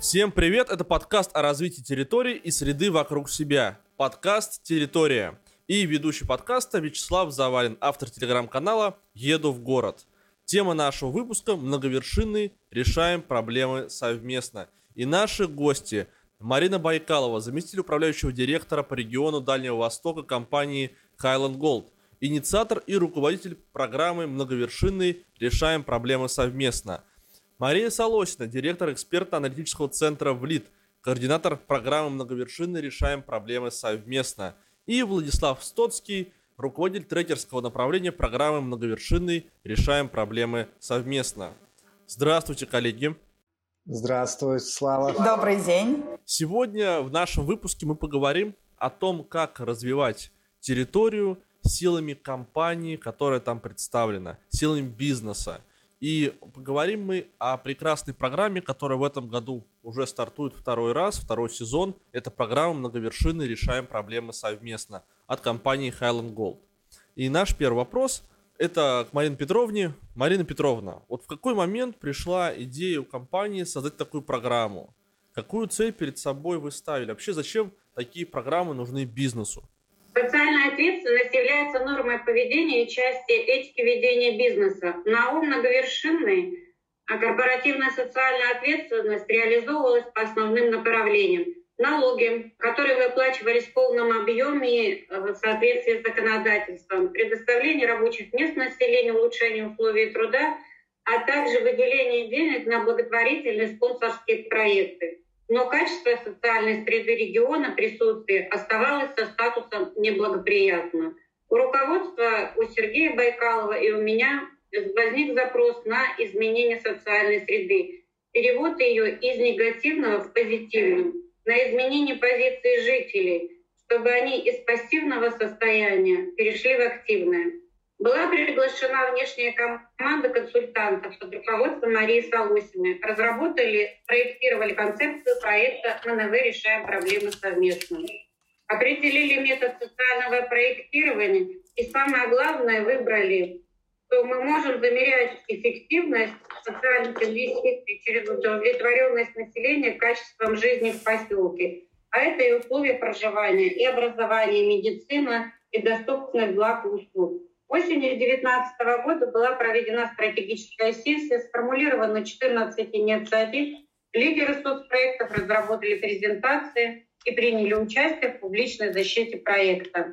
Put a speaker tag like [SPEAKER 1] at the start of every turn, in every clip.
[SPEAKER 1] Всем привет, это подкаст о развитии территории и среды вокруг себя. Подкаст «Территория». И ведущий подкаста Вячеслав Завалин, автор телеграм-канала «Еду в город». Тема нашего выпуска – многовершинный, решаем проблемы совместно. И наши гости – Марина Байкалова, заместитель управляющего директора по региону Дальнего Востока компании Highland Gold, инициатор и руководитель программы «Многовершинный, решаем проблемы совместно». Мария Солосина, директор экспертно-аналитического центра ВЛИД, координатор программы «Многовершинный, решаем проблемы совместно». И Владислав Стоцкий, руководитель трекерского направления программы «Многовершинный, решаем проблемы совместно». Здравствуйте, коллеги.
[SPEAKER 2] Здравствуй, Слава.
[SPEAKER 3] Добрый день.
[SPEAKER 1] Сегодня в нашем выпуске мы поговорим о том, как развивать территорию силами компании, которая там представлена, силами бизнеса. И поговорим мы о прекрасной программе, которая в этом году уже стартует второй сезон. Это программа «Многовершинный, решаем проблемы совместно» от компании Highland Gold. И наш первый вопрос – это к Марине Петровне. Марина Петровна, вот в какой момент пришла идея у компании создать такую программу? Какую цель перед собой вы ставили? Вообще, зачем такие программы нужны бизнесу?
[SPEAKER 4] Социальная ответственность является нормой поведения и частью этики ведения бизнеса. На ум многовершинный, а корпоративная социальная ответственность реализовывалась по основным направлениям. Налоги, которые выплачивались в полном объеме в соответствии с законодательством, предоставление рабочих мест населению, улучшение условий труда, а также выделение денег на благотворительные спонсорские проекты. Но качество социальной среды региона присутствия оставалось со статусом неблагоприятно. У руководства, у Сергея Байкалова и у меня возник запрос на изменение социальной среды, перевод ее из негативного в позитивную, на изменение позиции жителей, чтобы они из пассивного состояния перешли в активное. Была приглашена внешняя команда консультантов под руководством Марии Солосиной. Разработали, проектировали концепцию проекта «МНВ. Решаем проблемы совместно». Определили метод социального проектирования и, самое главное, выбрали, что мы можем замерять эффективность социальных инвестиций через удовлетворенность населения качеством жизни в поселке. А это и условия проживания, и образование, и медицина, и доступность благ и услуг. Осенью 2019 года была проведена стратегическая сессия, сформулировано 14 инициатив. Лидеры соцпроектов разработали презентации и приняли участие в публичной защите проекта.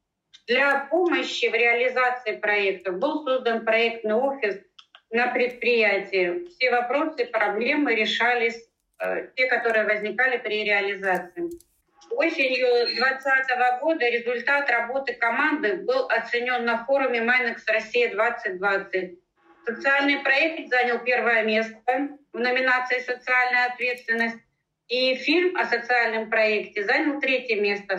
[SPEAKER 4] Для помощи в реализации проекта был создан проектный офис на предприятии. Все вопросы и проблемы решались, те, которые возникали при реализации. Осенью 2020 года результат работы команды был оценен на форуме Майнекс Россия-2020. Социальный проект занял первое место в номинации «Социальная ответственность», и фильм о социальном проекте занял третье место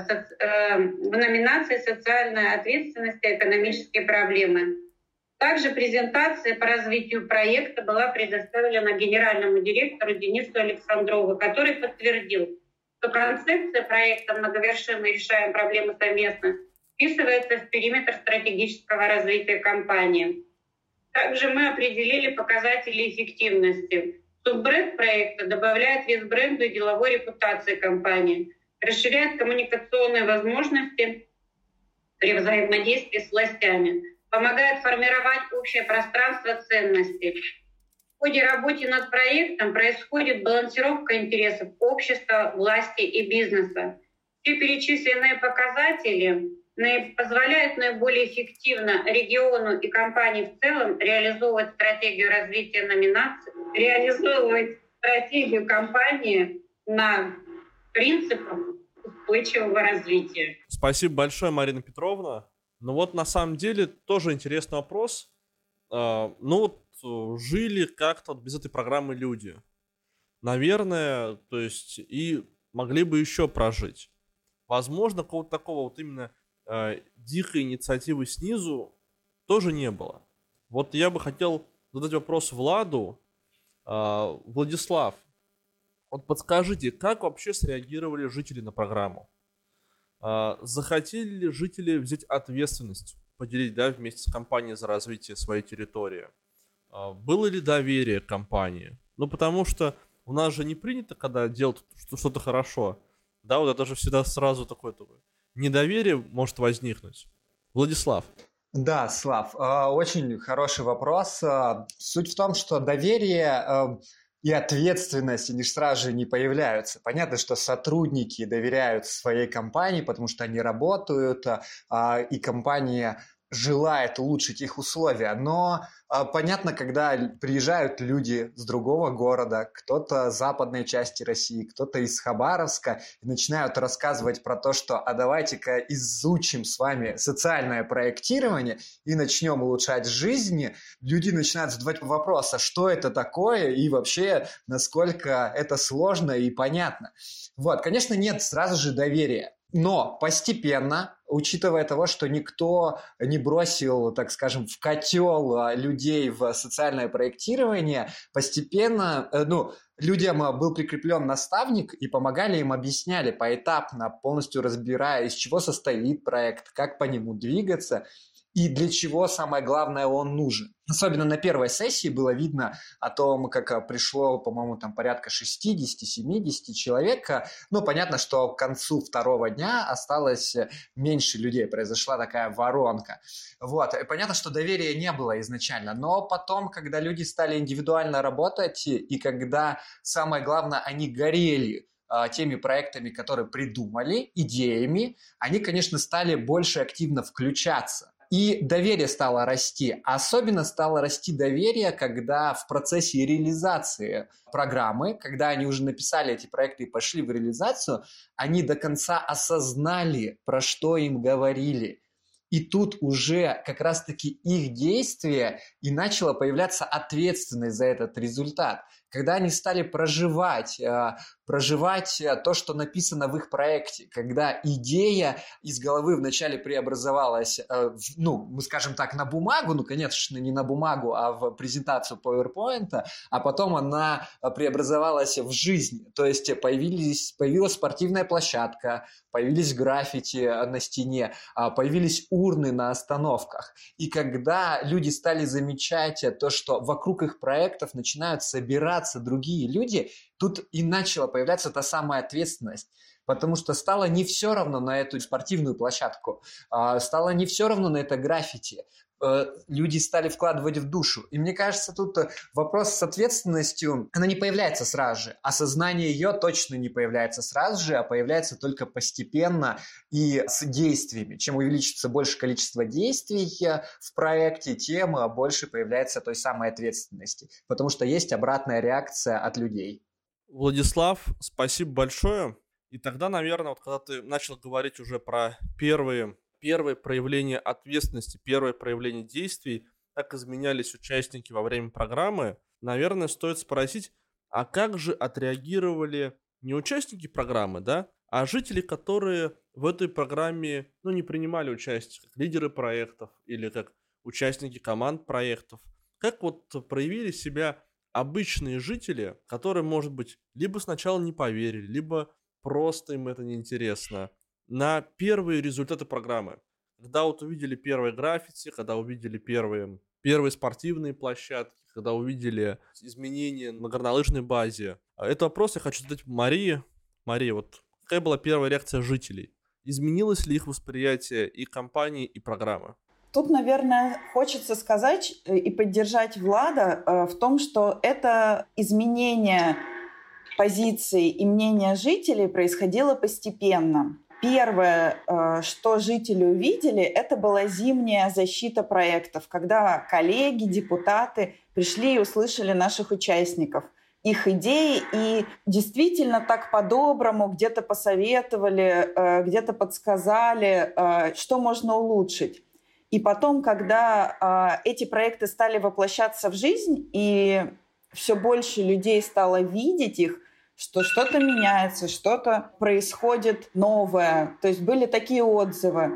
[SPEAKER 4] в номинации «Социальная ответственность и экономические проблемы». Также презентация по развитию проекта была предоставлена генеральному директору Денису Александрову, который подтвердил, что концепция проекта «Многовершинный, решаем проблемы совместно» вписывается в периметр стратегического развития компании. Также мы определили показатели эффективности. Суббренд проекта добавляет вес бренду и деловой репутации компании, расширяет коммуникационные возможности при взаимодействии с властями, помогает формировать общее пространство ценностей. В ходе работы над проектом происходит балансировка интересов общества, власти и бизнеса. Все перечисленные показатели позволяют наиболее эффективно региону и компании в целом реализовывать стратегию развития номинаций, реализовывать стратегию компании на принципах устойчивого развития.
[SPEAKER 1] Спасибо большое, Марина Петровна. Ну вот на самом деле тоже интересный вопрос. Жили как-то без этой программы люди. Наверное, то есть и могли бы еще прожить. Возможно, какого-то такого вот именно дикой инициативы снизу тоже не было. Вот я бы хотел задать вопрос Владу. Владислав, вот подскажите, как вообще среагировали жители на программу? Захотели ли жители взять ответственность, поделить, вместе с компанией за развитие своей территории? Было ли доверие к компании? Потому что у нас же не принято, когда делают что-то хорошо. Да, вот это же всегда сразу такое недоверие может возникнуть. Владислав.
[SPEAKER 2] Да, Слав, очень хороший вопрос. Суть в том, что доверие и ответственность, они сразу же не появляются. Понятно, что сотрудники доверяют своей компании, потому что они работают, и компания желает улучшить их условия. Но понятно, когда приезжают люди с другого города, кто-то с западной части России, кто-то из Хабаровска, и начинают рассказывать про то, что а давайте-ка изучим с вами социальное проектирование и начнем улучшать жизнь, люди начинают задавать вопрос, а что это такое и вообще насколько это сложно и понятно. Вот, конечно, нет сразу же доверия. Но постепенно, учитывая того, что никто не бросил, так скажем, в котел людей в социальное проектирование, постепенно, людям был прикреплен наставник и помогали им, объясняли поэтапно, полностью разбирая, из чего состоит проект, как по нему двигаться и для чего, самое главное, он нужен. Особенно на первой сессии было видно о том, как пришло, по-моему, там порядка 60-70 человек. Ну, понятно, что к концу второго дня осталось меньше людей, произошла такая воронка. Вот. И понятно, что доверия не было изначально, но потом, когда люди стали индивидуально работать, и когда, самое главное, они горели теми проектами, которые придумали, идеями, они, конечно, стали больше активно включаться. И доверие стало расти. Особенно стало расти доверие, когда в процессе реализации программы, когда они уже написали эти проекты и пошли в реализацию, они до конца осознали, про что им говорили. И тут уже как раз-таки их действия и начала появляться ответственность за этот результат. Когда они стали проживать то, что написано в их проекте, когда идея из головы вначале преобразовалась, мы скажем так, на бумагу, конечно, не на бумагу, а в презентацию PowerPoint, а потом она преобразовалась в жизнь. То есть появилась спортивная площадка, появились граффити на стене, появились урны на остановках. И когда люди стали замечать то, что вокруг их проектов начинают собираться другие люди, тут и начала появляться та самая ответственность. Потому что стало не все равно на эту спортивную площадку, стало не все равно на это граффити. Люди стали вкладывать в душу. И мне кажется, тут вопрос с ответственностью, она не появляется сразу же. Осознание ее точно не появляется сразу же, а появляется только постепенно и с действиями. Чем увеличится больше количество действий в проекте, тем больше появляется той самой ответственности. Потому что есть обратная реакция от людей.
[SPEAKER 1] Владислав, спасибо большое. И тогда, наверное, вот когда ты начал говорить уже про первое проявление ответственности, первое проявление действий, как изменялись участники во время программы, наверное, стоит спросить, а как же отреагировали не участники программы, да, а жители, которые в этой программе, не принимали участие, как лидеры проектов или как участники команд проектов. Как вот проявили себя обычные жители, которые, может быть, либо сначала не поверили, либо просто им это неинтересно, на первые результаты программы. Когда вот увидели первые граффити, когда увидели первые спортивные площадки, когда увидели изменения на горнолыжной базе. Этот вопрос я хочу задать Марии. Мария, вот какая была первая реакция жителей? Изменилось ли их восприятие и компании, и программы?
[SPEAKER 3] Тут, наверное, хочется сказать и поддержать Влада в том, что это изменение позиций и мнения жителей происходило постепенно. Первое, что жители увидели, это была зимняя защита проектов, когда коллеги, депутаты пришли и услышали наших участников, их идеи, и действительно так по-доброму где-то посоветовали, где-то подсказали, что можно улучшить. И потом, когда эти проекты стали воплощаться в жизнь, и все больше людей стало видеть их, что что-то меняется, что-то происходит новое. То есть были такие отзывы.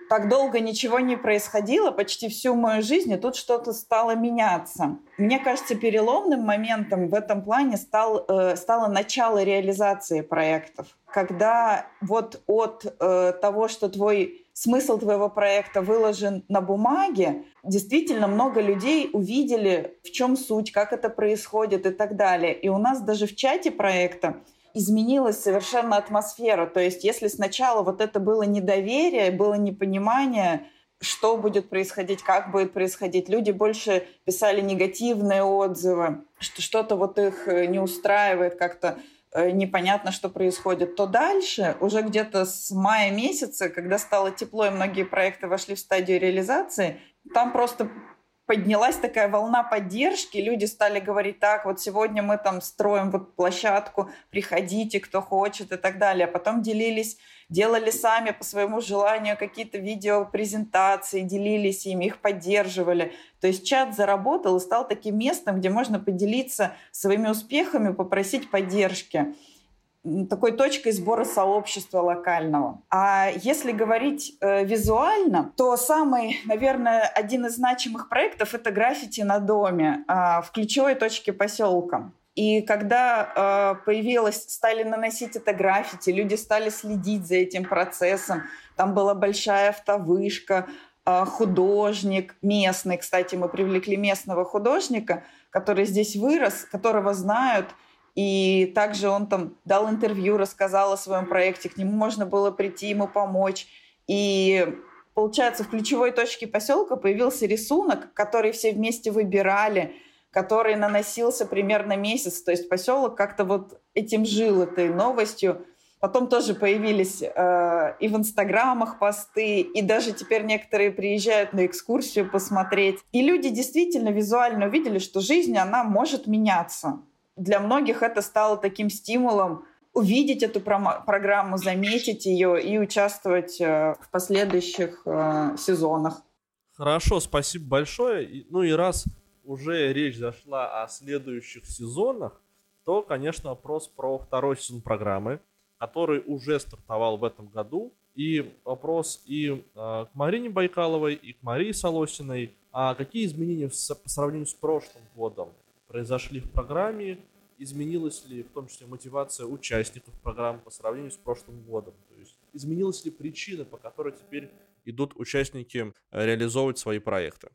[SPEAKER 3] так долго ничего не происходило, почти всю мою жизнь, и тут что-то стало меняться. Мне кажется, переломным моментом в этом плане стало начало реализации проектов. Когда вот от того, что смысл твоего проекта выложен на бумаге, действительно много людей увидели, в чем суть, как это происходит и так далее. И у нас даже в чате проекта изменилась совершенно атмосфера. То есть если сначала вот это было недоверие, было непонимание, что будет происходить, как будет происходить, люди больше писали негативные отзывы, что что-то вот их не устраивает, как-то непонятно, что происходит, то дальше, уже где-то с мая месяца, когда стало тепло и многие проекты вошли в стадию реализации, там просто поднялась такая волна поддержки, люди стали говорить: так, вот сегодня мы там строим вот площадку, приходите, кто хочет и так далее. А потом делали сами по своему желанию какие-то видеопрезентации, делились ими, их поддерживали. То есть чат заработал и стал таким местом, где можно поделиться своими успехами, попросить поддержки. Такой точкой сбора сообщества локального. А если говорить визуально, то самый, наверное, один из значимых проектов — это граффити на доме в ключевой точке поселка. И когда стали наносить это граффити, люди стали следить за этим процессом. Там была большая автовышка, художник местный. Кстати, мы привлекли местного художника, который здесь вырос, которого знают. И также он там дал интервью, рассказал о своем проекте, к нему можно было прийти, ему помочь. И получается, в ключевой точке поселка появился рисунок, который все вместе выбирали, который наносился примерно месяц. То есть поселок как-то вот этим жил, этой новостью. Потом тоже появились и в инстаграмах посты, и даже теперь некоторые приезжают на экскурсию посмотреть. И люди действительно визуально увидели, что жизнь, она может меняться. Для многих это стало таким стимулом увидеть эту программу, заметить ее и участвовать в последующих сезонах.
[SPEAKER 1] Хорошо, спасибо большое. Ну и раз уже речь зашла о следующих сезонах, то, конечно, вопрос про второй сезон программы, который уже стартовал в этом году. И вопрос и к Марине Байкаловой, и к Марии Солосиной. А какие изменения по сравнению с прошлым годом произошли в программе? Изменилась ли в том числе мотивация участников программы по сравнению с прошлым годом? То есть изменилась ли причина, по которой теперь идут участники реализовывать свои проекты?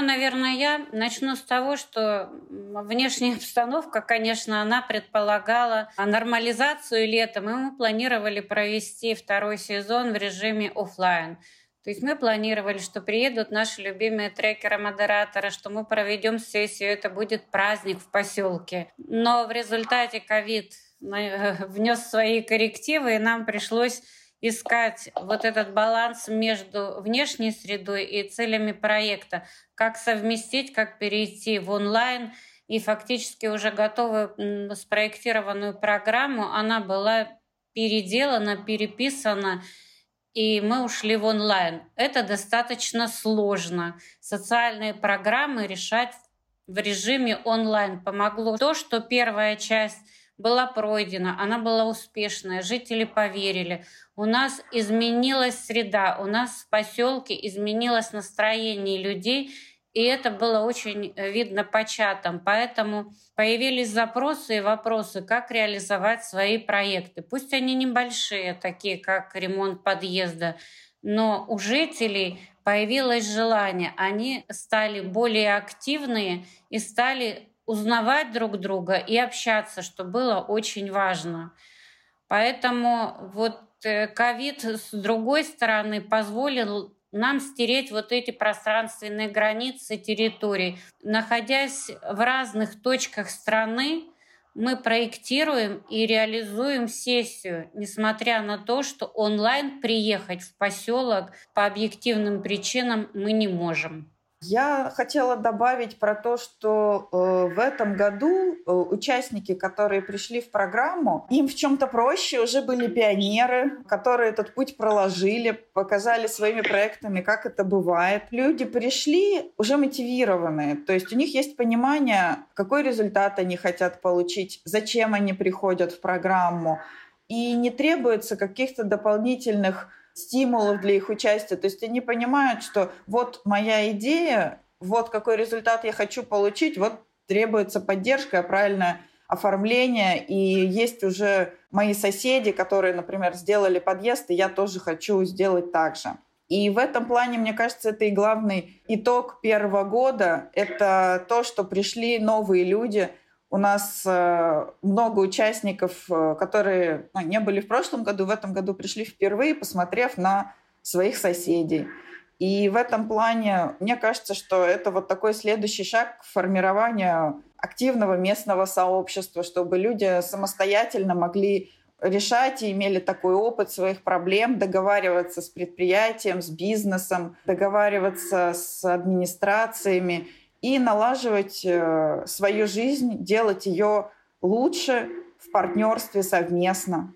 [SPEAKER 5] Начну с того, что внешняя обстановка, конечно, она предполагала нормализацию летом, и мы планировали провести второй сезон в режиме офлайн. То есть мы планировали, что приедут наши любимые трекеры-модераторы, что мы проведем сессию, это будет праздник в поселке. Но в результате ковид внес свои коррективы, и нам пришлось искать вот этот баланс между внешней средой и целями проекта. Как совместить, как перейти в онлайн. И фактически уже готовую спроектированную программу, она была переделана, переписана, и мы ушли в онлайн. Это достаточно сложно. Социальные программы решать в режиме онлайн помогло то, что первая часть была пройдена, она была успешная, жители поверили. У нас изменилась среда, у нас в поселке изменилось настроение людей, и это было очень видно по чатам. Поэтому появились запросы и вопросы, как реализовать свои проекты. Пусть они небольшие, такие как ремонт подъезда, но у жителей появилось желание. Они стали более активные и стали узнавать друг друга и общаться, что было очень важно. Поэтому вот ковид, с другой стороны, позволил нам стереть вот эти пространственные границы территорий. Находясь в разных точках страны, мы проектируем и реализуем сессию, несмотря на то, что онлайн приехать в поселок по объективным причинам мы не можем.
[SPEAKER 3] Я хотела добавить про то, что в этом году участники, которые пришли в программу, им в чем-то проще, уже были пионеры, которые этот путь проложили, показали своими проектами, как это бывает. Люди пришли уже мотивированные, то есть у них есть понимание, какой результат они хотят получить, зачем они приходят в программу, и не требуется каких-то дополнительных стимулов для их участия. То есть они понимают, что вот моя идея, вот какой результат я хочу получить, вот требуется поддержка, правильное оформление. И есть уже мои соседи, которые, например, сделали подъезд, и я тоже хочу сделать так же. И в этом плане, мне кажется, это и главный итог первого года. Это то, что пришли новые люди. У нас много участников, которые не были в прошлом году, в этом году пришли впервые, посмотрев на своих соседей. И в этом плане, мне кажется, что это вот такой следующий шаг к формированию активного местного сообщества, чтобы люди самостоятельно могли решать и имели такой опыт своих проблем, договариваться с предприятием, с бизнесом, договариваться с администрациями и налаживать свою жизнь, делать ее лучше в партнерстве совместно.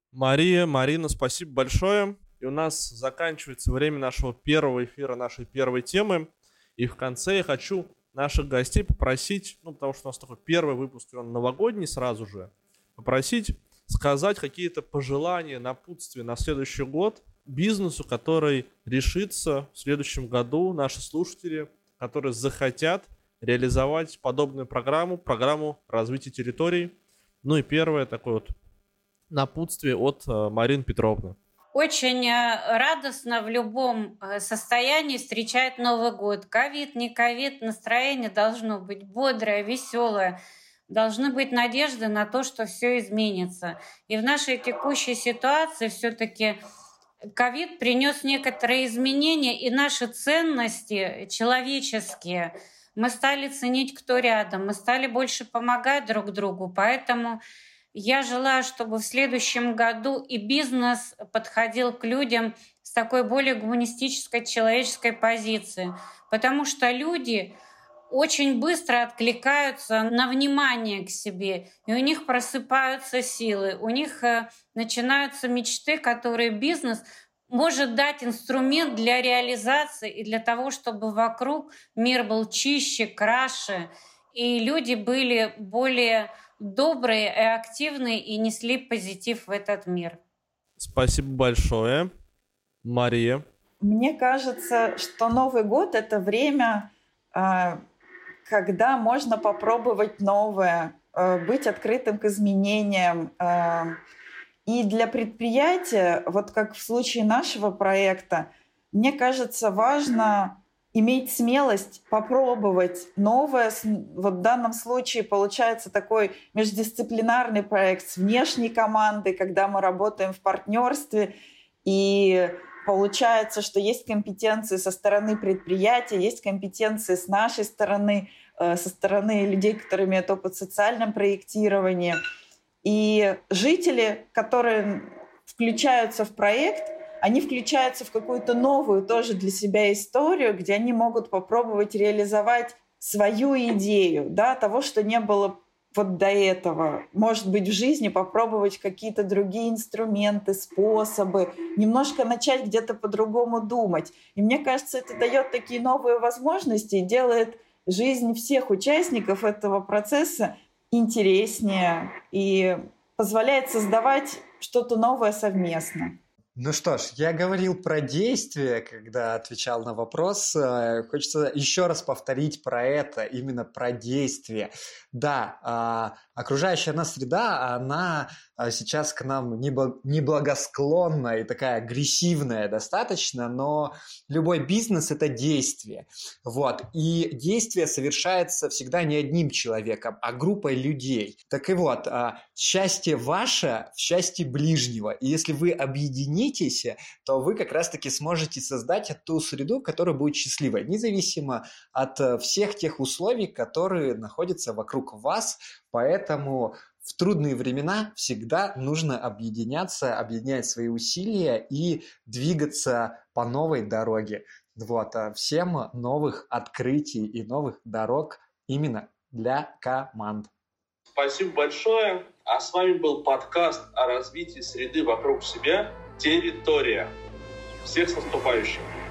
[SPEAKER 1] Марина, спасибо большое. И у нас заканчивается время нашего первого эфира, нашей первой темы. И в конце я хочу наших гостей попросить, потому что у нас такой первый выпуск, он новогодний сразу же, попросить сказать какие-то пожелания, напутствия на следующий год бизнесу, который решится в следующем году, наши слушатели, которые захотят реализовать подобную программу развития территорий. Ну и первое такое вот напутствие от Марины Петровны.
[SPEAKER 5] Очень радостно в любом состоянии встречать Новый год. Ковид, не ковид, настроение должно быть бодрое, веселое. Должны быть надежды на то, что все изменится. И в нашей текущей ситуации все-таки ковид принес некоторые изменения, и наши ценности человеческие мы стали ценить, кто рядом, мы стали больше помогать друг другу. Поэтому я желаю, чтобы в следующем году и бизнес подходил к людям с такой более гуманистической человеческой позиции. Потому что люди очень быстро откликаются на внимание к себе, и у них просыпаются силы, у них начинаются мечты, которые бизнес может дать инструмент для реализации и для того, чтобы вокруг мир был чище, краше, и люди были более добрые и активные и несли позитив в этот мир.
[SPEAKER 1] Спасибо большое. Мария.
[SPEAKER 3] Мне кажется, что Новый год — это время, когда можно попробовать новое, быть открытым к изменениям. И для предприятия, вот как в случае нашего проекта, мне кажется, важно иметь смелость попробовать новое. Вот в данном случае получается такой междисциплинарный проект с внешней командой, когда мы работаем в партнерстве, и получается, что есть компетенции со стороны предприятия, есть компетенции с нашей стороны, со стороны людей, которые имеют опыт в социальном проектировании. И жители, которые включаются в проект, они включаются в какую-то новую тоже для себя историю, где они могут попробовать реализовать свою идею, того, что не было вот до этого. Может быть, в жизни попробовать какие-то другие инструменты, способы, немножко начать где-то по-другому думать. И мне кажется, это дает такие новые возможности и делает жизнь всех участников этого процесса интереснее и позволяет создавать что-то новое совместно.
[SPEAKER 2] Ну что ж, я говорил про действия, когда отвечал на вопрос. Хочется еще раз повторить про это, именно про действия. Да, окружающая нас среда, она сейчас к нам неблагосклонная и такая агрессивная достаточно, но любой бизнес – это действие. Вот. И действие совершается всегда не одним человеком, а группой людей. Так и вот, счастье ваше в счастье ближнего. И если вы объединитесь, то вы как раз-таки сможете создать ту среду, которая будет счастливой, независимо от всех тех условий, которые находятся вокруг вас. Поэтому в трудные времена всегда нужно объединяться, объединять свои усилия и двигаться по новой дороге. Вот. Всем новых открытий и новых дорог именно для команд.
[SPEAKER 1] Спасибо большое. А с вами был подкаст о развитии среды вокруг себя «Территория». Всех с наступающим!